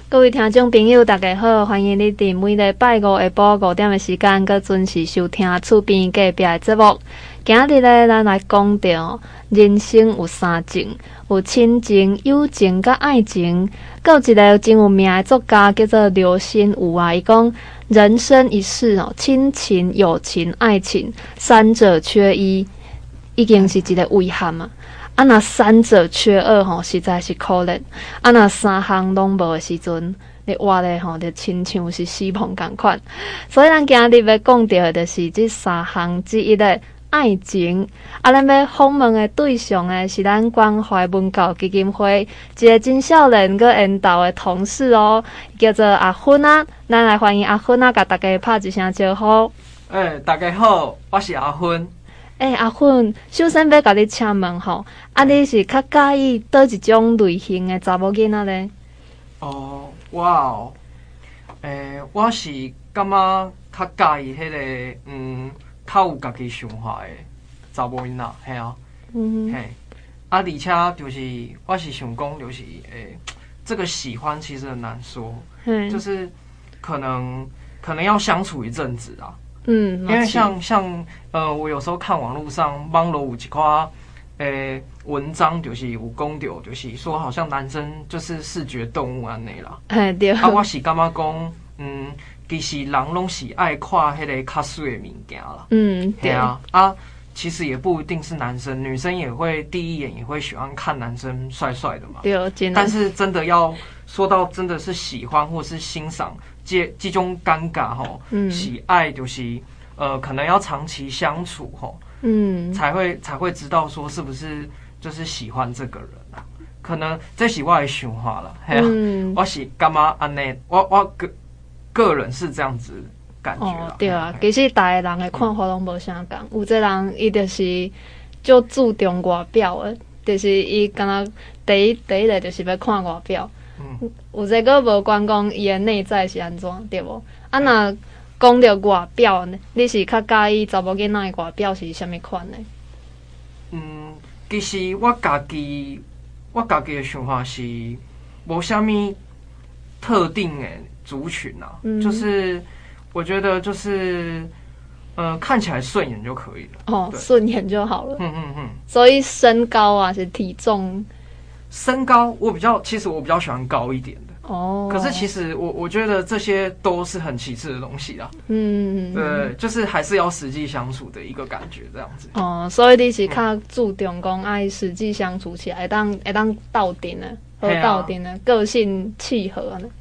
各位听众朋友，大家好，欢迎你伫每个拜五下晡5点的时间，佮准时收听厝边隔壁的节目。今日咧，咱来讲到人生有三情，有亲情、友情、佮爱情。有一个真有名的作家叫做刘心武啊，伊讲人生一世哦，亲情、友情、爱情三者缺一，已经是一个遗憾啊。啊，若三者缺二吼，实在是可怜。啊，若三项拢无的时阵，你活咧吼，就亲像是死亡共款。所以咱今日要讲到的，就是这三项之一的爱情。啊，咱要访问的对象呢，是咱关怀文教基金会一个真少年佮缘投的同事哦，叫做阿芬啊。咱来欢迎阿芬啊，甲大家拍一声招呼。 大家好，我是阿芬。 阿芬，首先要甲你请问吼，啊，你是较介意倒一种类型的查某囡仔咧？ 我我是感觉较介意迄个较有家己想法的查某囡仔，嘿啊，而且就是我是想讲，就是这个喜欢其实很难说，就是可能要相处一阵子啊。因为像我有时候看网络上有一块文章，就是有讲到，就是说好像男生就是视觉动物安尼啦。 对。 我是感觉讲，其实人拢是爱看迄个较水的物件啦。对啊。其实也不一定是男生，女生也会第一眼也会喜欢看男生帅帅的嘛。对。但是真的要说到真的是喜欢或是欣赏，这种尴尬吼，喜爱就是可能要长期相处吼，才会知道说是不是就是喜欢这个人啊。可能这是我的想法啦，我是感觉安尼，我个人是这样子感觉啦。 对啊，其实大个人的看法拢无啥共，有这人伊就是就注重外表的，就是伊敢若第一个就是要看外表。有这个无关讲伊的内在是安怎，对无？啊，若讲到外表呢，你是较介意查某囡仔的外表是啥物款呢？ 其实我家己的想法是无啥物特定的族群啊，就是我觉得就是看起来顺眼就可以了。顺眼就好了。所以身高啊，是体重。 身高其实我比较喜欢高一点的。可是其实我觉得这些都是很其次的东西啦。对，就是还是要实际相处的一个感觉这样子。 所以你是较注重讲爱实际相处起来，会当斗阵的，好斗阵的，个性契合呢。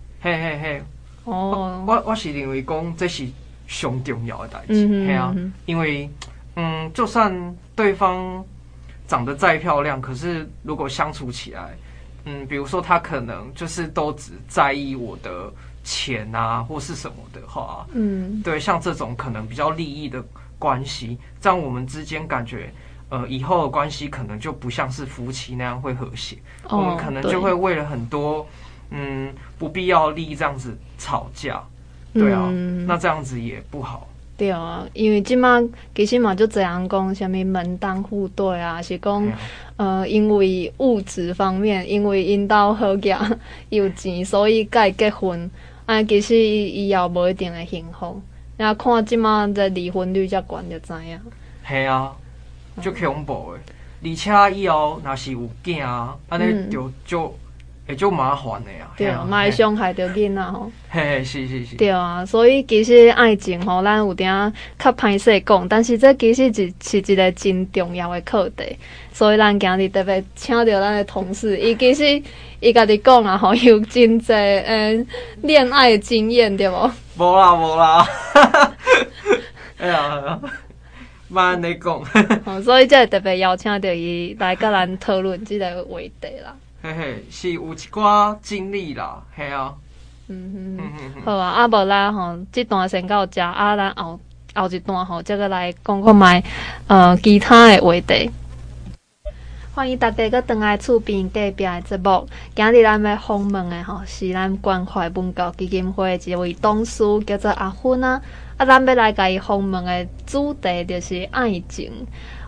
我是认为讲这是上重要的代志。因为就算对方长得再漂亮，可是如果相处起来，比如说他可能就是都只在意我的钱啊，或是什么的话，对，像这种可能比较利益的关系，这样我们之间感觉，以后的关系可能就不像是夫妻那样会和谐，我们可能就会为了很多不必要利益这样子吵架，对啊，那这样子也不好。 对啊，因为即马其实嘛就这样讲，什么门当户对啊，是讲因为物质方面，因为因兜好囝有钱，所以该结婚。其实以后无一定会幸福。然后看即马的离婚率遮悬，就知影。 系啊，足恐怖的。而且以后若是有囝啊，安尼就会足麻烦的啊。 对，嘛会伤害到囡仔吼。 是。 对啊，所以其实爱情吼，咱有点较歹势讲，但是这其实是一个真重要的课题。所以咱今日特别请到咱的同事，伊家己讲啊吼，有真侪恋爱的经验，对无？ 无啦。哎呀，莫安尼讲。 所以才会特别邀请到伊来甲咱讨论这个话题啦。 是有一寡经历啦，嘿啊。 好啊，无咱吼，这段先到这，咱后一段吼，再个来讲看卖其他的话题。欢迎大家搁回来厝边隔壁的节目。今日咱要访问的吼，是咱关怀文教基金会一位董事，叫做阿芬啊。咱要来甲伊访问的主题就是爱情。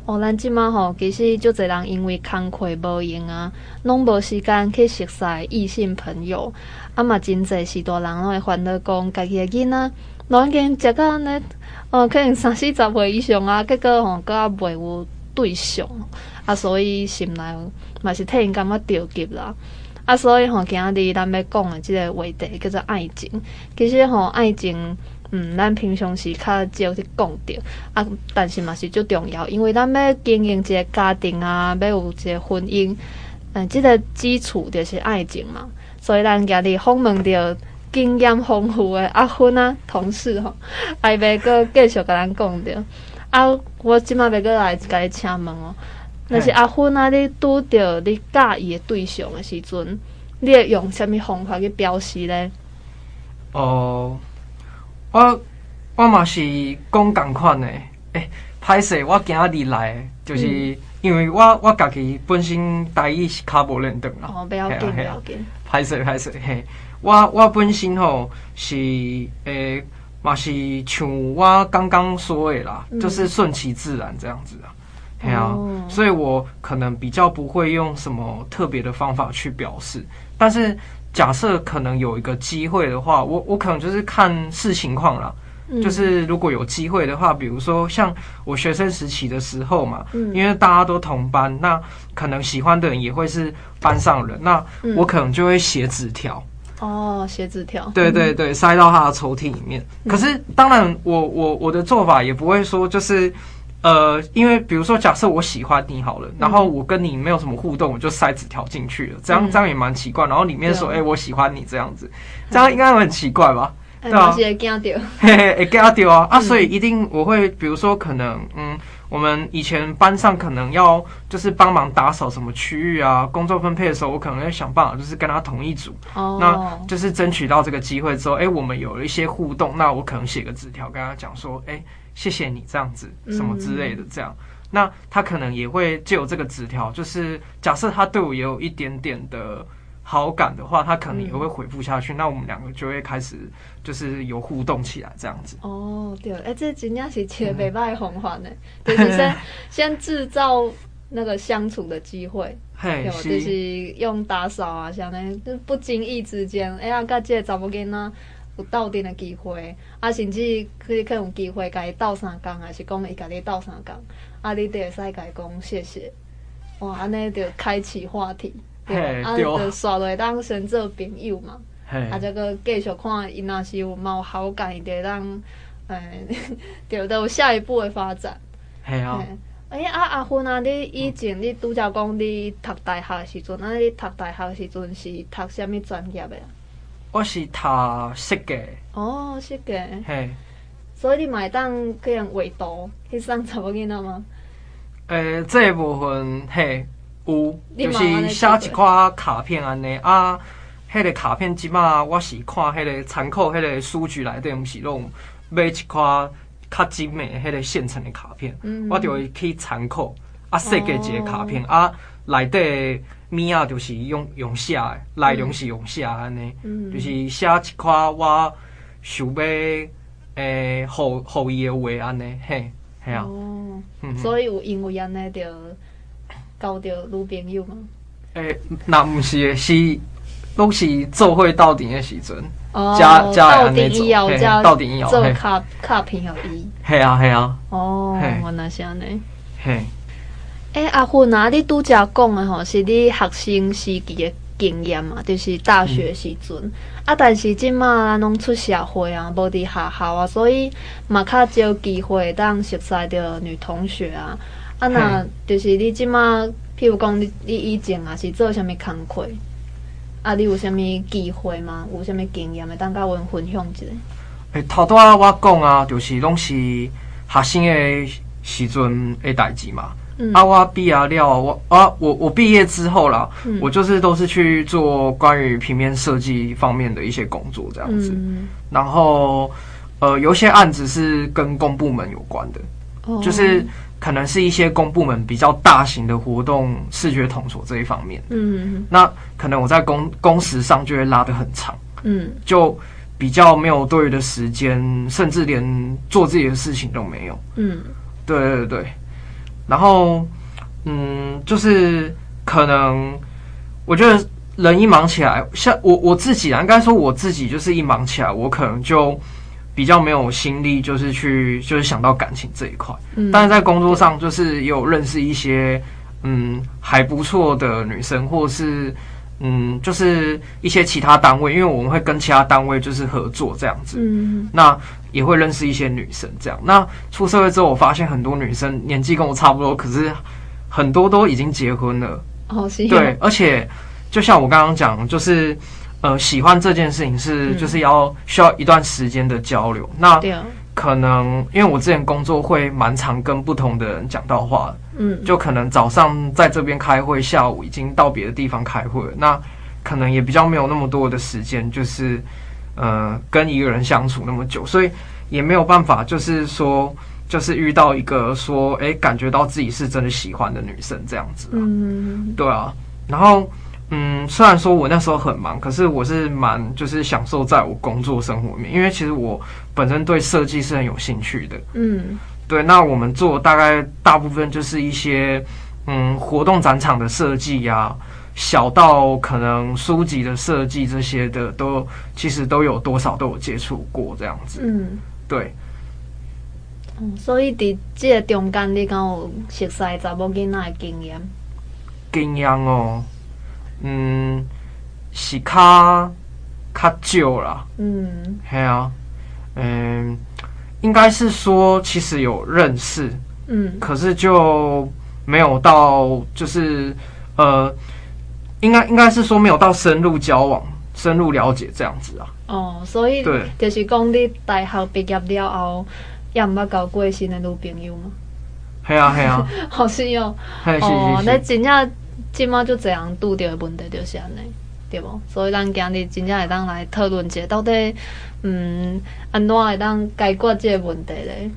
咱即马吼，其实足侪人因为工课无用啊，拢无时间去熟识异性朋友，嘛真侪时大人拢会烦恼讲，家己的囡仔，拢已经食到安尼，可能30、40岁以上啊，结果吼，搁袂有对象，所以心内嘛是替因感觉着急啦。所以吼，今日咱要讲的即个话题叫做爱情。其实吼，爱情，咱平常时较少去讲着，但是嘛是足重要，因为咱要经营一个家庭啊，要有一个婚姻，即个基础就是爱情嘛。所以咱今日访问着经验丰富的阿芬啊同事吼，要搁继续甲咱讲着。我即马要搁来甲你请问哦。若是阿芬啊，你拄着你介意的对象的时阵，你会用啥物方法去表示呢？ 我嘛是讲同款的。歹势，我今日来，就是因为我家己本身台语是较无认得啦。 不要紧，不要紧。 歹势，嘿，我本身吼是嘛是像我刚刚说的啦，就是顺其自然这样子啊。所以我可能比较不会用什么特别的方法去表示，但是假设可能有一个机会的话，我可能就是看视情况啦。就是如果有机会的话，比如说像我学生时期的时候嘛，因为大家都同班，那可能喜欢的人也会是班上人，那我可能就会写纸条。 写纸条。 对对对，塞到他的抽屉里面。可是当然我的做法也不会说就是。因为比如说，假设我喜欢你好了，然后我跟你没有什么互动，我就塞纸条进去了，这样也蛮奇怪。然后里面说，我喜欢你这样子，这样应该会很奇怪吧？对吧？ 会惊到， 会惊到啊！所以一定我会，比如说可能，我们以前班上可能要就是帮忙打扫什么区域啊，工作分配的时候，我可能会想办法就是跟他同一组，那就是争取到这个机会之后，我们有了一些互动，那我可能写个纸条跟他讲说，谢谢你这样子，什么之类的，这样，那他可能也会借由这个纸条，就是假设他对我也有一点点的好感的话，他可能也会回复下去，那我们两个就会开始就是有互动起来，这样子。 对，这真正是一个袂歹的方法呢，就是先制造那个相处的机会，就是用打扫啊，像那就不经意之间，甲这个查某囡仔。有斗阵的机会，甚至可能有机会甲伊斗相共，还是讲伊甲你斗相共，你就会使甲伊讲谢谢，安尼就开启话题，对，就刷落当先做朋友嘛，再个继续看伊若是有好感，伊就当就有下一步的发展。阿芬啊，你以前你拄则讲你读大学的时阵，你读大学的时阵是读啥物专业的啊？ 我是读设计。 设计。所以你嘛会当去用画图去送查某囡仔吗？ 这个部分有，就是写一寡卡片安尼啊。迄个卡片即马我是看迄个参考迄个书局内底，毋是拢买一寡较精美迄个现成的卡片，我就会去参考设计一个卡片内底。物啊，就是用写的，内容是用写安尼，就是写一寡我想要互伊的话安尼，嘿啊。 所以有因为安尼就交到女朋友吗？ 那毋是的，是拢是做伙斗阵的时阵， 斗阵以后才斗阵以后做卡片互伊。 嘿啊。 原来是安尼。 嘿。 阿芬啊，你拄则讲的吼，是你学生时期的经验嘛，就是大学时阵。但是即马咱拢出社会啊，无伫学校啊，所以嘛较少机会当熟识着女同学啊。那就是你即马，譬如讲你以前啊是做啥物工课？你有啥物机会吗？有啥物经验会当甲阮分享一下？ 头拄仔我讲啊，就是拢是学生的时阵的代志嘛。我毕业了，我毕业之后啦，我就是都是去做关于平面设计方面的一些工作这样子，然后有一些案子是跟公部门有关的，就是可能是一些公部门比较大型的活动视觉统筹这一方面，那可能我在工时上就会拉得很长，就比较没有多余的时间，甚至连做自己的事情都没有，对。 然后就是可能我觉得人一忙起来，像我自己啊，应该说我自己就是一忙起来，我可能就比较没有心力，就是想到感情这一块。但是在工作上，就是有认识一些还不错的女生，或是就是一些其他单位，因为我们会跟其他单位就是合作这样子。那也会认识一些女生这样。那出社会之后，我发现很多女生年纪跟我差不多，可是很多都已经结婚了。对，而且就像我刚刚讲，就是喜欢这件事情是就是需要一段时间的交流。那可能因为我之前工作会蛮常跟不同的人讲到话的，就可能早上在这边开会，下午已经到别的地方开会了，那可能也比较没有那么多的时间，就是跟一个人相处那么久，所以也没有办法，就是说就是遇到一个说感觉到自己是真的喜欢的女生这样子。对啊，然后虽然说我那时候很忙，可是我是蛮就是享受在我工作生活里面，因为其实我本身对设计是很有兴趣的。对，那我们做大概大部分就是一些活动展场的设计呀，小到可能书籍的设计这些的，其实都有多少都有接触过这样子。对。 所以伫这个中间，你敢有熟悉查某囡仔的经验？ 经验哦。是较少啦。嘿啊。应该是说其实有认识，可是就没有到就是应该是说没有到深入交往、深入了解这样子啊。 所以就是讲你大学毕业了后，也毋捌交过新的女朋友吗？ 系啊。 好是哦。那真正即马就这样拄到的问题就是安尼，对无？所以咱今日真正会当来讨论一下，到底安怎会当解决这个问题咧？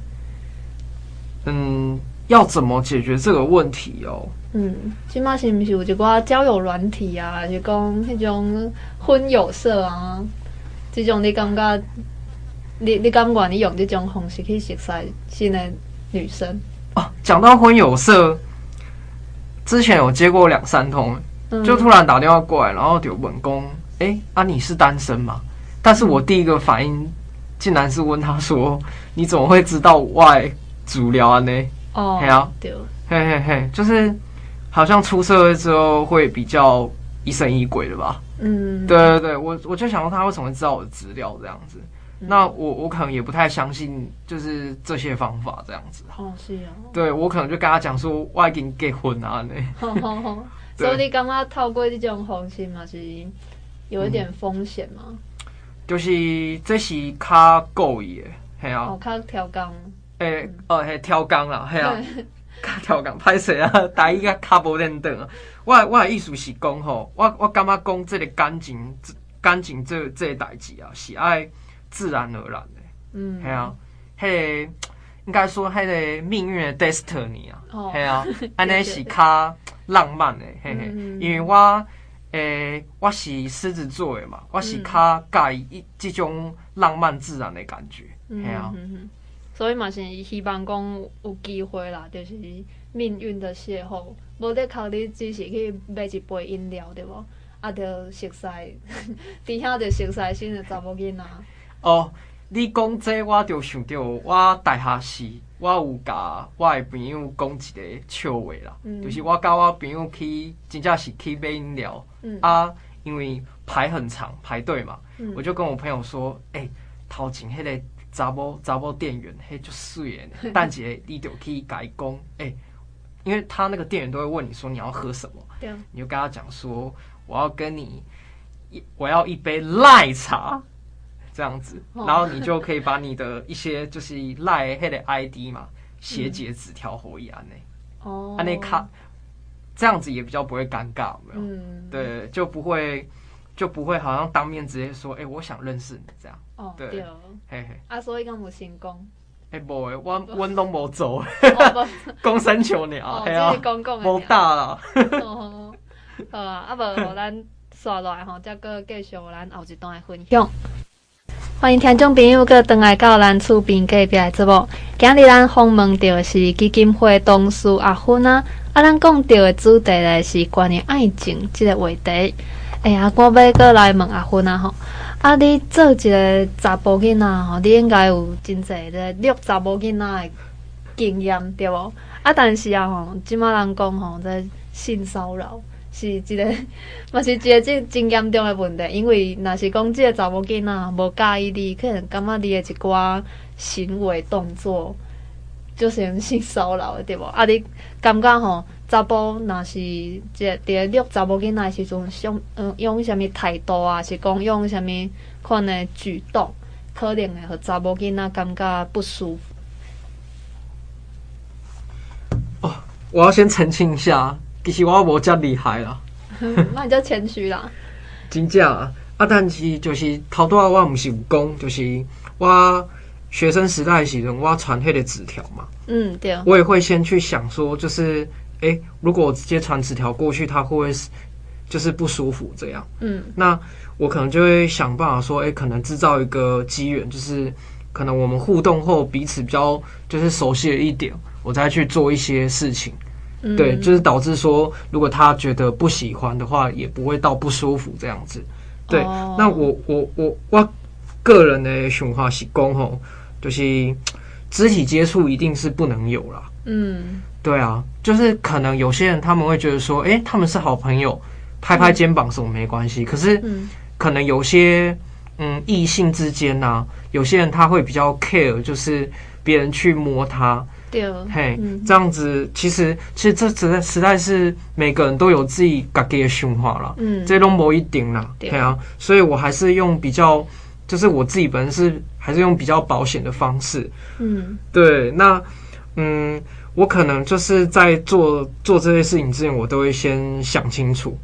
要怎么解决这个问题哦？ 即马是毋是有一寡交友软体啊，还是讲迄种婚友社啊？这种你感觉你敢愿意用这种方式去熟悉新的女生？ 讲到婚友社，之前有接过2-3通，就突然打电话过来，然后就问讲，你是单身吗？但是我第一个反应竟然是问他说，你怎么会知道我的资料啊呢？嘿啊，对，嘿，就是好像出社会之后会比较疑神疑鬼的吧？对，我就想说他为什么会知道我的资料这样子？那我可能也不太相信，就是这些方法这样子。是啊。对，我可能就跟他讲说，我已经结婚啊呢。 所以你感觉透过这种方式嘛，是有一点风险吗？ 就是这是较故意的，系啊。 较挑工。 系挑工啦，系啊。较挑工，歹势啊，台语较无认得啊。我的意思是讲吼，我感觉讲这个感情这个代志啊，是爱自然而然的。系啊，迄个应该说迄个命运的 destiny 啊，系啊，安尼是较浪漫的，嘿嘿。因为我是狮子座的嘛，我是较介意这种浪漫自然的感觉，系啊。 所以嘛是希望讲有机会啦，就是命运的邂逅，无得靠你只是去买一杯饮料，对无？就熟悉，伫遐就熟悉新的查某囡仔。 你讲这我就想到我大学时，我有甲我的朋友讲一个笑话啦，就是我甲我朋友真正是去买饮料，因为排很长排队嘛，我就跟我朋友说，头前迄个查某店员，就水的，等一下你就去甲伊讲，因为他那个店员都会问你说你要喝什么，你就跟他讲说我要一杯赖茶。这样子，然后你就可以把你的一些就是赖黑的 ID 嘛，写几个纸条给伊安内，安内卡，这样子也比较不会尴尬，有没有？对，就不会好像当面直接说，我想认识你这样。对，嘿嘿。 所以敢有成功？ 无诶，阮拢无做，讲三球鸟，系啊，无打啦。 好啊，无互咱刷落来吼，再搁继续咱后一段的分享。 欢迎听众朋友搁回来到咱厝边隔壁的节目。今日咱访问到是基金会董事阿芬啊，咱讲到的主题咧是关于爱情这个话题。哎呀，我要搁来问阿芬啊吼，你做一个查甫囡仔吼，你应该有真侪咧虐查某囡仔的经验对无？但是吼，即马人讲吼，这性骚扰是一个，嘛是一个真严重的问题。因为若是讲这个查某囡仔无介意你，可能感觉你的一寡行为动作就像性骚扰的对无？你感觉吼，查甫若是伫咧虐查某囡仔的时阵，用啥物态度啊？是讲用啥物款的举动，可能会互查某囡仔感觉不舒服？ 我要先澄清一下，其实我无遮厉害啦， 那你就谦虚啦。 真正啊，但是就是头拄仔我毋是有讲，就是我学生时代的时阵，我传迄个纸条嘛， 对， 我也会先去想说，就是如果我直接传纸条过去，他会不会就是不舒服这样？那我可能就会想办法说，可能制造一个机缘，就是可能我们互动后彼此比较就是熟悉了一点，我再去做一些事情。对，就是导致说，如果他觉得不喜欢的话，也不会到不舒服这样子。对，那我个人的想法是讲吼，就是肢体接触一定是不能有啦。对啊，就是可能有些人他们会觉得说，他们是好朋友，拍拍肩膀什么没关系。可是可能有些异性之间啊，有些人他会比较 care，就是别人去摸他。嘿，这样子其实这实在是每个人都有自己自己的想法啦，这都不一定啦，对啊，所以我还是用比较，就是我自己本身还是用比较保险的方式，对，那我可能就是在做这些事情之前，我都会先想清楚，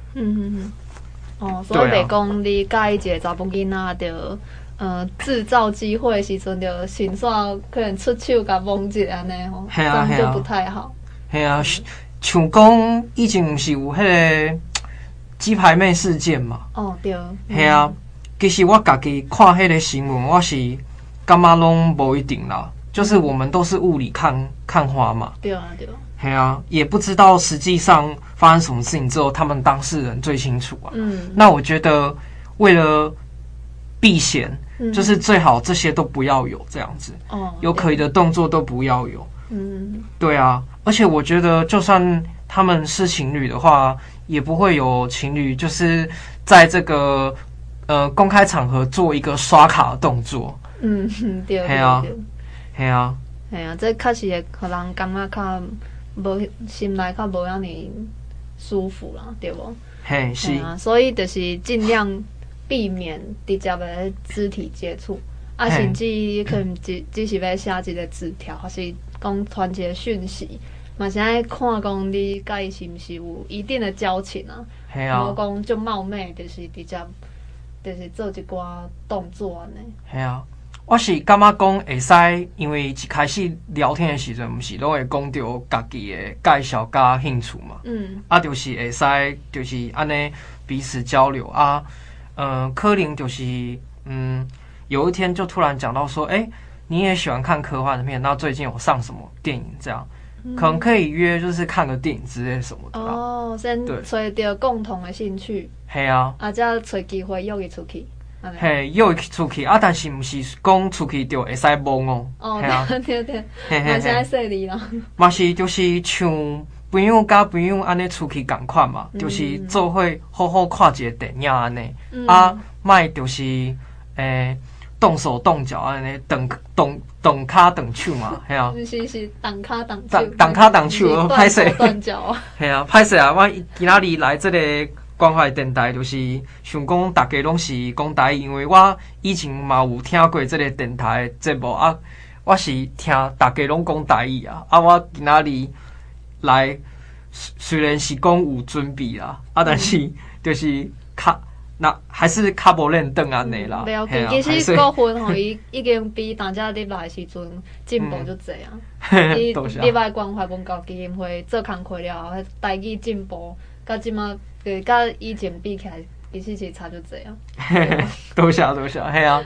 所以袂讲你介意一个查甫囡仔就。制造机会的时阵，就顺线可能出手甲摸一下安尼吼，这样就不太好。 系啊，像讲以前不是有迄个鸡排妹事件嘛？ 对。 系啊，其实我家己看迄个新闻，我是感觉拢无一定啦。就是我们都是雾里看花嘛。 对。 系啊，也不知道实际上发生什么事情之后，他们当事人最清楚啊。那我觉得为了避嫌。就是最好这些都不要有这样子，有可疑的动作都不要有。对啊，而且我觉得就算他们是情侣的话，也不会有情侣就是在这个公开场合做一个刷卡的动作。 对。 系啊， 这确实会互人感觉较无心内较无遐尼舒服啦，对无？ 嘿，是啊，所以就是尽量。避免直接的肢体接触，甚至可能只是要写一个纸条，还是讲传一个讯息，嘛是爱看讲你甲伊是毋是有一定的交情啊？无讲就冒昧，就是直接就是做一寡动作安尼。 系啊，我是感觉讲会使，因为一开始聊天的时阵，毋是拢会讲到家己的介绍甲兴趣嘛。就是会使，就是安尼彼此交流啊。柯林就是有一天就突然讲到说，你也喜欢看科幻的片，那最近有上什么电影这样，可能可以约就是看个电影之类什么的啦。 先找到共同的兴趣。 嘿啊， 再找机会约伊出去。 嘿，约伊出去但是毋是讲出去就会使摸哦。 对，嘛是爱说你啦。 嘛是就是像。朋友甲朋友安尼出去共款嘛，就是做伙好好看一个电影安尼，莫就是动手动脚安尼，动脚动手嘛，系啊。 是动脚动手。 动脚动手，歹势。 断脚啊。 系啊，歹势啊！我今仔日来这个关怀电台，就是想讲大家拢是讲台语，因为我以前嘛有听过这个电台的节目啊，我是听大家拢讲台语啊，我今仔日。来，虽然是讲有准备啦，但是就是还是较无练顿安尼啦。 了解，其实国分吼，伊已经比大家入来时阵进步就侪啊。伊入来关怀文教基金会做工课了后，台语进步，甲即马甲以前比起来，其实是差就侪啊。 多谢，嘿啊。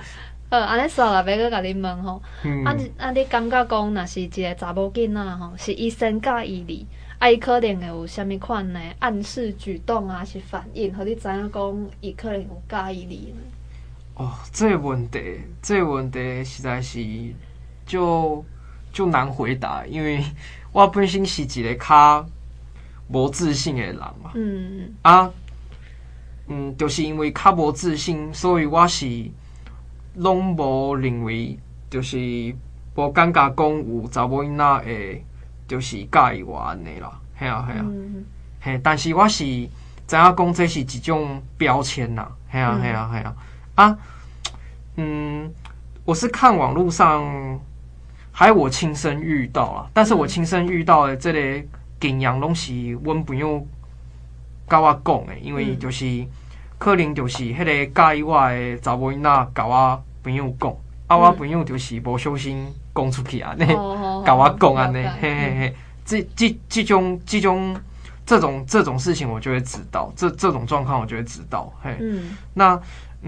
安尼煞来要搁甲你问吼，你感觉讲，若是一个查某囡仔吼，是伊先教伊伊可能会有啥物款的暗示举动啊，是反应，互你知影讲，伊可能有介意你呢？ 哦，这个问题实在是就难回答，因为我本身是一个较无自信的人嘛。就是因为较无自信，所以我是拢无认为，就是无感觉讲有查某囡仔会就是介意我安尼啦。嘿啊，嘿，但是我是知影讲这是一种标签啦。嘿啊。我是看网络上，还有我亲身遇到啦。但是我亲身遇到的这个经验，拢是阮朋友甲我讲的，因为就是可能就是迄个介意我的查某囡仔甲我朋友讲，我朋友就是无小心讲出去安尼，甲我讲安尼，嘿。这种事情我就会知道，这种状况我就会知道，嘿。那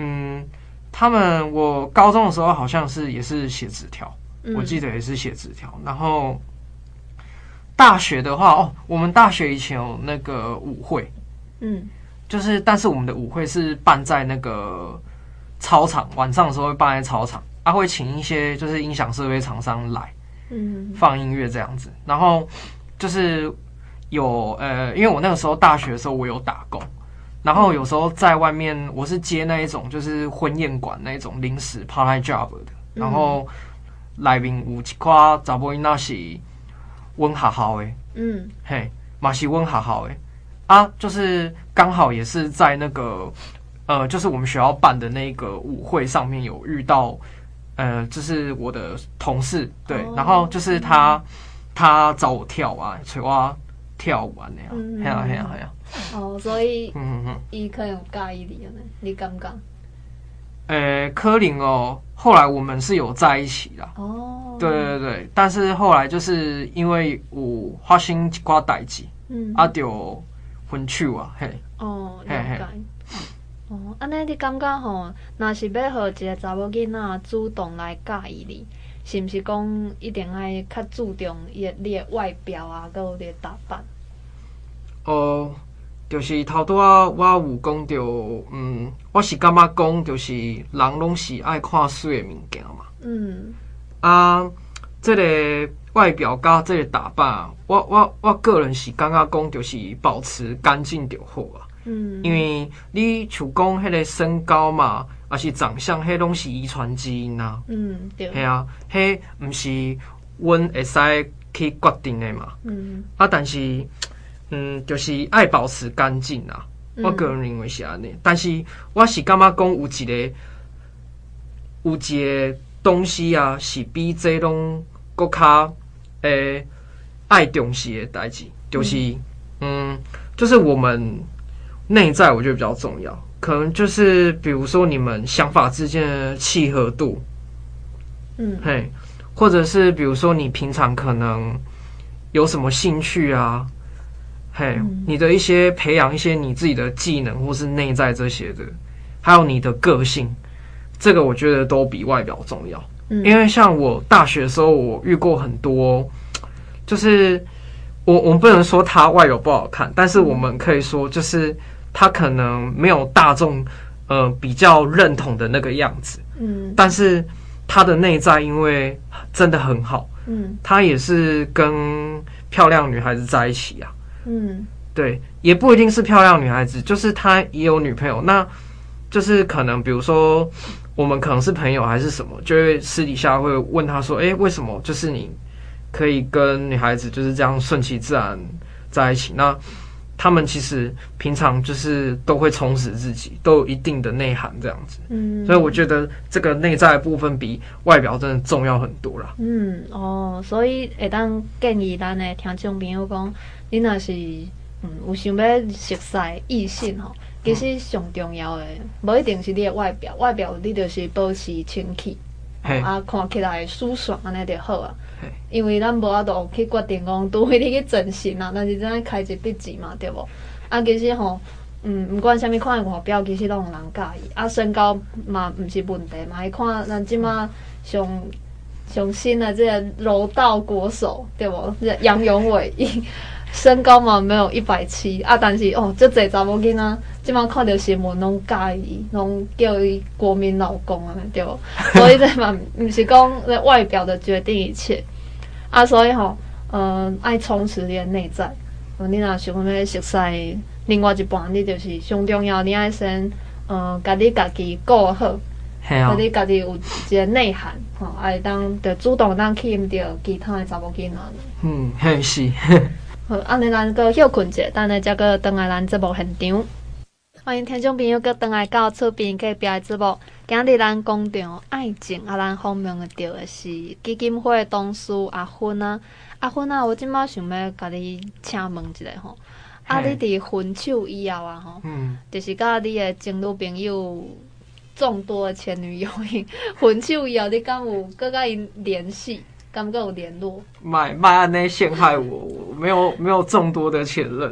我高中的时候好像也是写纸条，我记得也是写纸条。然后大学的话，我们大学以前有那个舞会，就是但是我们的舞会是办在那个操场，晚上的时候会办在操场，会请一些就是音响设备厂商来，放音乐这样子。然后就是有因为我那个时候大学的时候我有打工。然后有时候在外面，我是接那一种就是婚宴馆那一种临时 part time job 的，然后内面有一寡查某囡仔是阮学校的，嘿，嘛是阮学校的就是刚好也是在那个就是我们学校办的那个舞会上面有遇到，就是我的同事，对，然后就是他找我跳啊，找我跳舞安尼啊，嘿啊。 所以，伊可能有介意你呢？你感觉？ 可能哦。后来我们是有在一起啦。对，但是后来就是因为有发生一寡代志，就分手啊，嘿。 了解。安尼你感觉吼，若是要互一个查某囡仔主动来介意你，是毋是讲一定爱较注重你的外表啊，佮有你的打扮？ 就是头拄我有讲到，我是感觉讲，就是人拢是爱看水的物件嘛。这个外表甲这个打扮，我个人是感觉讲，就是保持干净就好啊。因为你像讲迄个身高嘛，还是长相，迄拢是遗传基因啊。 对。 系啊，迄毋是阮会使去决定的嘛。但是。就是爱保持干净啊，我个人认为是安尼。但是我是感觉讲有一个东西啊，是比这拢更较爱重视的代志，就是就是我们内在我觉得比较重要，可能就是比如说你们想法之间的契合度，嘿，或者是比如说你平常可能有什么兴趣啊。你的一些培养一些你自己的技能或是内在这些的，还有你的个性，这个我觉得都比外表重要。因为像我大学的时候，我遇过很多，就是我们不能说他外表不好看，但是我们可以说就是他可能没有大众比较认同的那个样子。但是他的内在因为真的很好，他也是跟漂亮女孩子在一起啊。对，也不一定是漂亮女孩子，就是他也有女朋友，那就是可能比如说我们可能是朋友还是什么，就会私底下会问他说，为什么就是你可以跟女孩子就是这样顺其自然在一起？那他们其实平常就是都会充实自己，都有一定的内涵这样子。所以我觉得这个内在的部分比外表真的重要很多啦。 所以会当建议咱的听众朋友讲，你若是有想要熟悉异性吼，其实上重要的无一定是你的外表，外表你就是保持清气，看起来舒爽安尼就好啊。因为咱无法度去决定讲除非你去整形啊，但是咱开一笔钱嘛，对无？其实吼， 不管啥物款的外表，其实拢有人介意。啊，身高嘛毋是问题嘛，伊看咱即马上新的这个柔道国手，对无？杨永伟，身高嘛没有170啊，但是哦，足侪查某囡仔，即马看到新闻拢介意，拢叫伊国民老公啊，对无？所以这嘛毋是讲外表的决定一切啊，所以爱充实你的内在。你若想要熟悉另外一半，你就是上重要，你爱先家己顾好。啊！你家己有一个内涵，爱当着主动当吸引着其他的查某囡仔。 嘿是。 好，安尼咱搁休困者，等下再搁转来咱节目现场。欢迎听众朋友搁转来到厝边隔壁的节目。今日咱讲到爱情，咱访问到的是基金会董事阿芬啊。阿芬啊，我即摆想要甲你请问一下吼。你伫分手以后啊吼，就是甲你的情侣朋友。众多的前女友，分手以后，你敢有搁甲因联系？敢有联络？ 卖安尼陷害我没有众多的前任。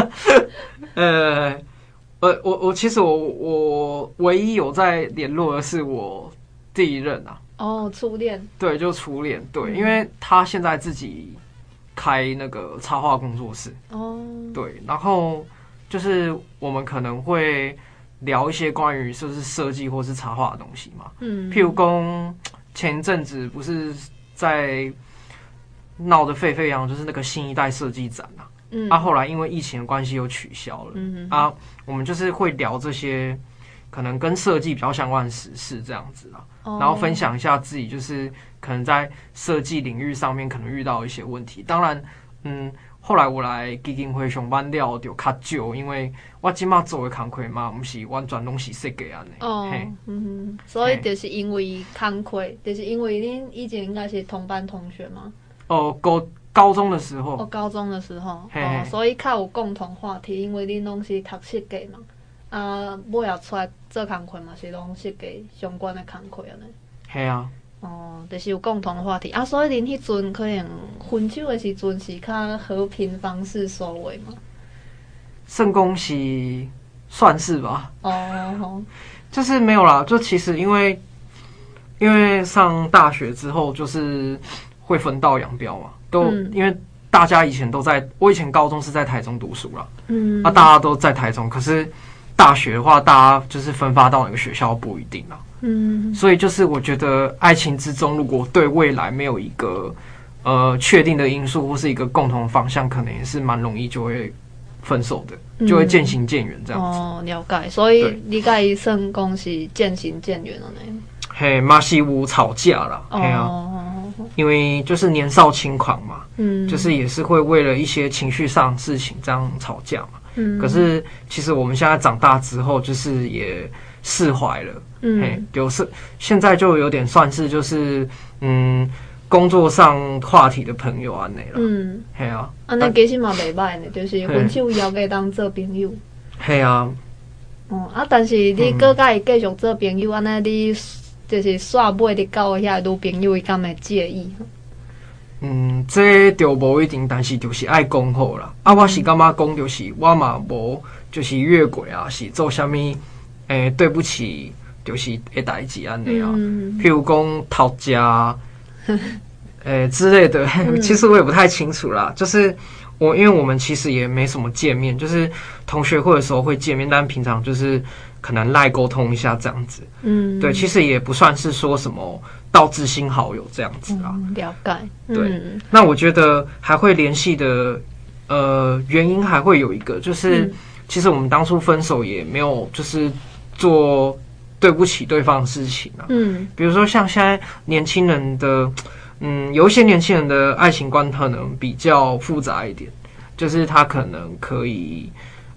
我其实我唯一有在联络的是我第一任啊。 哦，初恋。对， 就初恋。对，因为他现在自己开那个插画工作室。哦。对，然后就是我们可能会。聊一些关于就是设计或是插画的东西嘛，譬如说前一阵子不是在闹得沸沸扬扬，就是那个新一代设计展啊，后来因为疫情的关系又取消了，我们就是会聊这些可能跟设计比较相关的时事这样子然后分享一下自己就是可能在设计领域上面可能遇到一些问题，当然后来我来基金会上班了就较少，因为我即马做的工课嘛，毋是完全拢是设计安尼。 所以就是因为工课，就是因为恁以前应该是同班同学吗？ 高中的时候。 高中的时候，所以较有共同话题，因为恁拢是读设计嘛。尾后出来做工课嘛，是拢设计相关的工课安尼。 系啊。 就是有共同的话题所以恁迄阵可能分手的时阵是较和平方式收尾嘛？ 圣公是算是吧。就是没有啦，就其实因为上大学之后就是会分道扬镳嘛，因为大家以前都我以前高中是在台中读书啦，大家都在台中，可是大学的话，大家就是分发到哪个学校不一定啦。所以就是我觉得爱情之中，如果对未来没有一个确定的因素或是一个共同的方向，可能也是蛮容易就会分手的，就会渐行渐远这样子。 了解。所以你甲伊算讲是渐行渐远了呢？ 嘿，嘛是有吵架啦。因为就是年少轻狂嘛，就是也是会为了一些情绪上的事情这样吵架嘛。可是其实我们现在长大之后，就是也释怀了。就是现在就有点算是就是工作上话题的朋友安尼啦。系啊。 安尼其实嘛袂歹呢，就是分手以后可以当做朋友。 系啊。 但是你搁甲伊继续做朋友，安尼你就是煞尾你交遐女朋友，伊敢会介意？ 这就无一定，但是就是爱讲好啦。我是感觉讲就是我嘛无就是越轨啊，是做啥物对不起，就是的代志安尼啊。譬如讲讨价之类的，其实我也不太清楚啦。就是因为我们其实也没什么见面，就是同学会的时候会见面，但平常就是可能赖沟通一下这样子。对，其实也不算是说什么到知心好友这样子啦。 了解。 对，那我觉得还会联系的原因还会有一个，就是其实我们当初分手也没有就是做对不起对方的事情啊。比如说像现在年轻人的有一些年轻人的爱情观可能比较复杂一点，就是他可能可以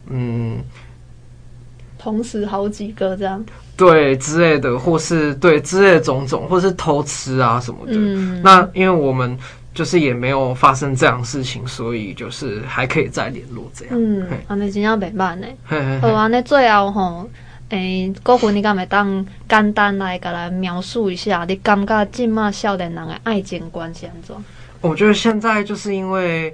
同时好几个这样， 对之类的，或是对之类的种种，或是偷吃啊什么的。那因为我们就是也没有发生这样的事情，所以就是还可以再联络这样。 安尼真正袂歹呢。好，安尼最后吼，国芬你敢会当简单来甲咱描述一下，你感觉即马少年人的爱情观是安怎？ 我觉得现在就是因为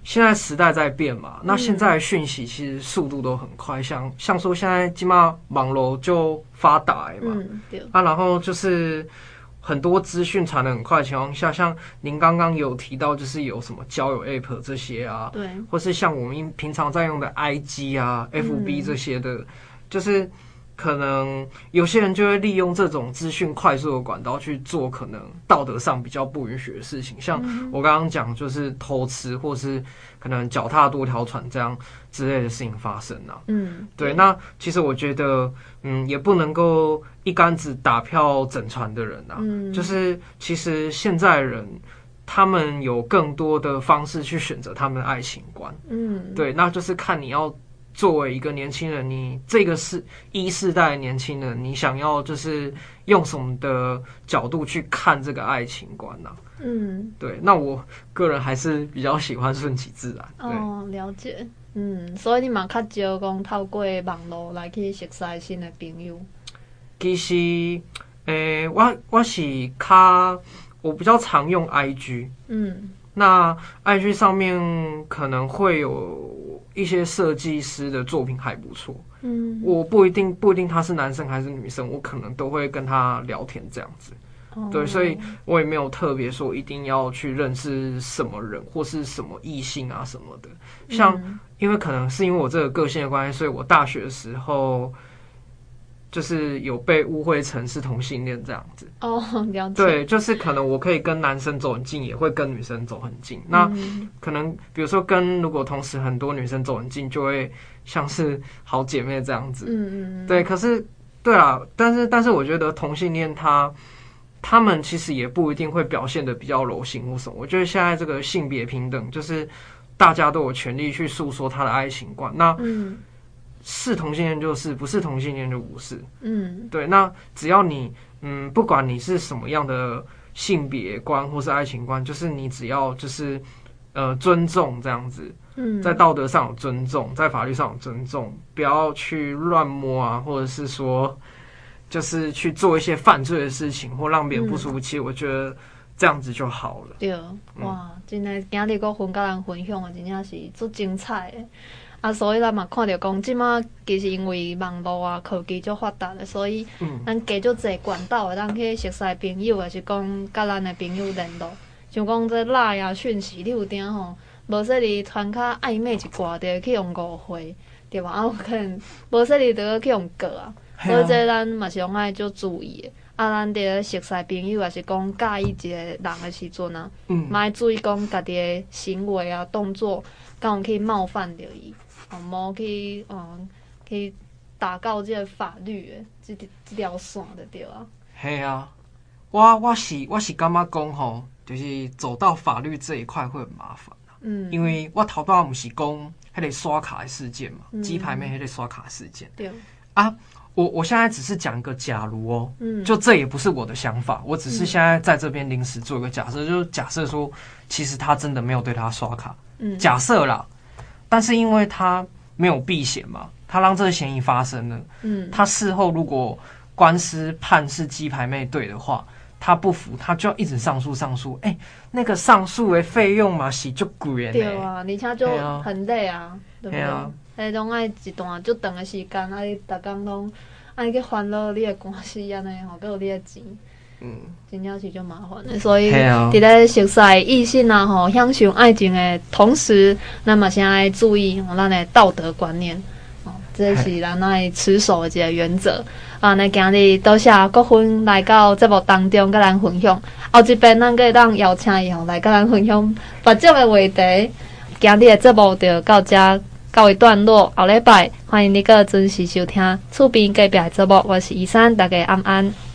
现在时代在变嘛，那现在的讯息其实速度都很快，像说现在基本上网络就发达嘛，然后就是很多资讯传得很快的情况下，像您刚刚有提到，就是有什么交友 App 这些啊，对，或是像我们平常在用的 IG 啊、FB 这些的，就是可能有些人就会利用这种资讯快速的管道去做可能道德上比较不允许的事情，像我刚刚讲就是偷吃，或是可能脚踏多条船这样之类的事情发生啊。对，那其实我觉得，也不能够一竿子打票整船的人啊。就是其实现在人他们有更多的方式去选择他们的爱情观。对，那就是看你要作为一个年轻人，你这个是1世代的年轻人，你想要就是用什么的角度去看这个爱情观啊？对，那我个人还是比较喜欢顺其自然。 对，了解。所以你嘛较少讲透过网络来去熟悉新的朋友。 其实，我是我比较常用 IG。那 IG 上面可能会有一些设计师的作品还不错。我不一定他是男生还是女生，我可能都会跟他聊天这样子。对，所以我也没有特别说一定要去认识什么人或是什么异性啊什么的。像因为可能是因为我这个个性的关系，所以我大学的时候就是有被误会成是同性恋这样子。 了解。 对，就是可能我可以跟男生走很近，也会跟女生走很近。那可能比如说如果同时很多女生走很近，就会像是好姐妹这样子。对，可是对啊，但是我觉得同性恋他们其实也不一定会表现得比较柔性或什么。我觉得现在这个性别平等，就是大家都有权利去诉说他的爱情观。那是同性恋就是，不是同性恋就不是。对，那只要你不管你是什么样的性别观或是爱情观，就是你只要就是尊重这样子。在道德上有尊重，在法律上有尊重，不要去乱摸啊，或者是说就是去做一些犯罪的事情或让别人不舒服。其实我觉得这样子就好了。 对，哇，真的今日佫跟咱分享的真正是足精彩的。所以咱嘛看到讲，即马其实因为网络啊、科技足发达的，所以咱加足侪管道会当去熟悉朋友，还是讲甲咱的朋友联络。像讲这赖啊讯息，你有定吼，无说你传较暧昧一寡，就去用误会，对吧？有可能无说你就去用过啊。所以这咱嘛是用爱足注意的。咱伫咧熟悉朋友，还是讲介意一个人的时阵啊，嘛要注意讲家己的行为啊、动作，敢有去冒犯到伊，无去去打到这个法律的这条线就对啊。 嘿啊，我是感觉讲吼，就是走到法律这一块会很麻烦。因为我头摆不是讲迄个刷卡的事件嘛，鸡排妹迄个刷卡事件。对啊。我现在只是讲一个假如哦，就这也不是我的想法，我只是现在在这边临时做一个假设，就是假设说，其实他真的没有对他刷卡，假设啦，但是因为他没有避嫌嘛，他让这个嫌疑发生了，他事后如果官司判是鸡排妹对的话，他不服，他就要一直上诉，那个上诉的费用嘛是足贵的， 对啊，而且就很累啊，对不对？拢爱一段足长的时间，你逐工拢爱去烦恼你的官司安尼吼，还有你的钱，真正是足麻烦的。所以伫咧熟悉异性啊吼，享受爱情的同时，咱嘛先爱注意咱的道德观念，这是咱爱持守的一个原则。那今日多谢国芬来到节目当中，甲咱分享。后一遍咱可以当邀请伊吼来甲咱分享别种的话题。今日的节目就到这告一段落，后礼拜欢迎你个准时收听厝边隔壁的节目，我是依珊，大家晚安。